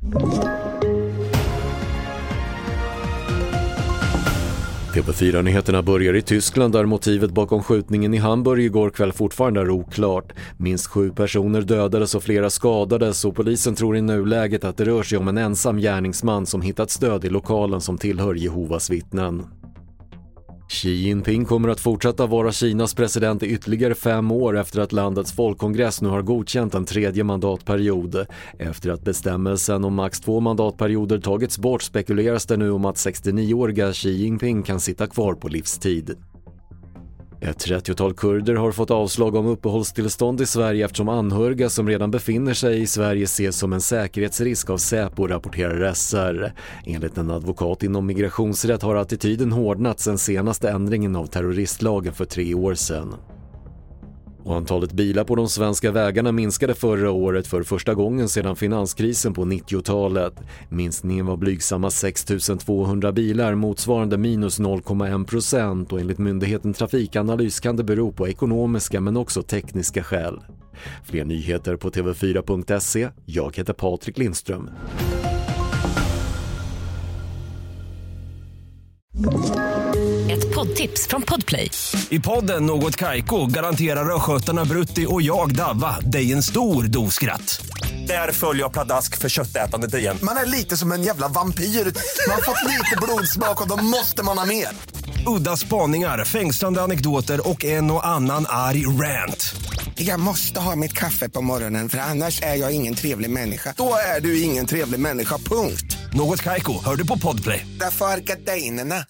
TV4-nyheterna börjar i Tyskland där motivet bakom skjutningen i Hamburg igår kväll fortfarande är oklart. Minst 7 personer dödades och flera skadades och polisen tror i nuläget att det rör sig om en ensam gärningsman som hittat stöd i lokalen som tillhör Jehovas vittnen. Xi Jinping kommer att fortsätta vara Kinas president i ytterligare 5 år efter att landets folkkongress nu har godkänt en 3:e mandatperiod. Efter att bestämmelsen om max 2 mandatperioder tagits bort spekuleras det nu om att 69-åriga Xi Jinping kan sitta kvar på livstid. Ett 30-tal kurder har fått avslag om uppehållstillstånd i Sverige eftersom anhöriga som redan befinner sig i Sverige ses som en säkerhetsrisk av Säpo, rapporterar SR. Enligt en advokat inom migrationsrätt har attityden hårdnat sedan senaste ändringen av terroristlagen för 3 år sedan. Och antalet bilar på de svenska vägarna minskade förra året för första gången sedan finanskrisen på 90-talet. Minskningen var blygsamma 6 200 bilar, motsvarande minus 0,1%, och enligt myndigheten Trafikanalys kan det bero på ekonomiska men också tekniska skäl. Fler nyheter på tv4.se. Jag heter Patrik Lindström. Ett poddtips från Podplay. I podden Något Kaiko garanterar röskötarna Brutti och jag Davva dig en stor doskratt. Där följer jag pladask för köttätandet igen. Man är lite som en jävla vampyr. Man har fått lite blodsmak och då måste man ha mer. Udda spaningar, fängslande anekdoter och en och annan arg rant. Jag måste ha mitt kaffe på morgonen för annars är jag ingen trevlig människa. Då är du ingen trevlig människa, punkt. Något Kaiko, hör du på Podplay. Därför är gardinerna.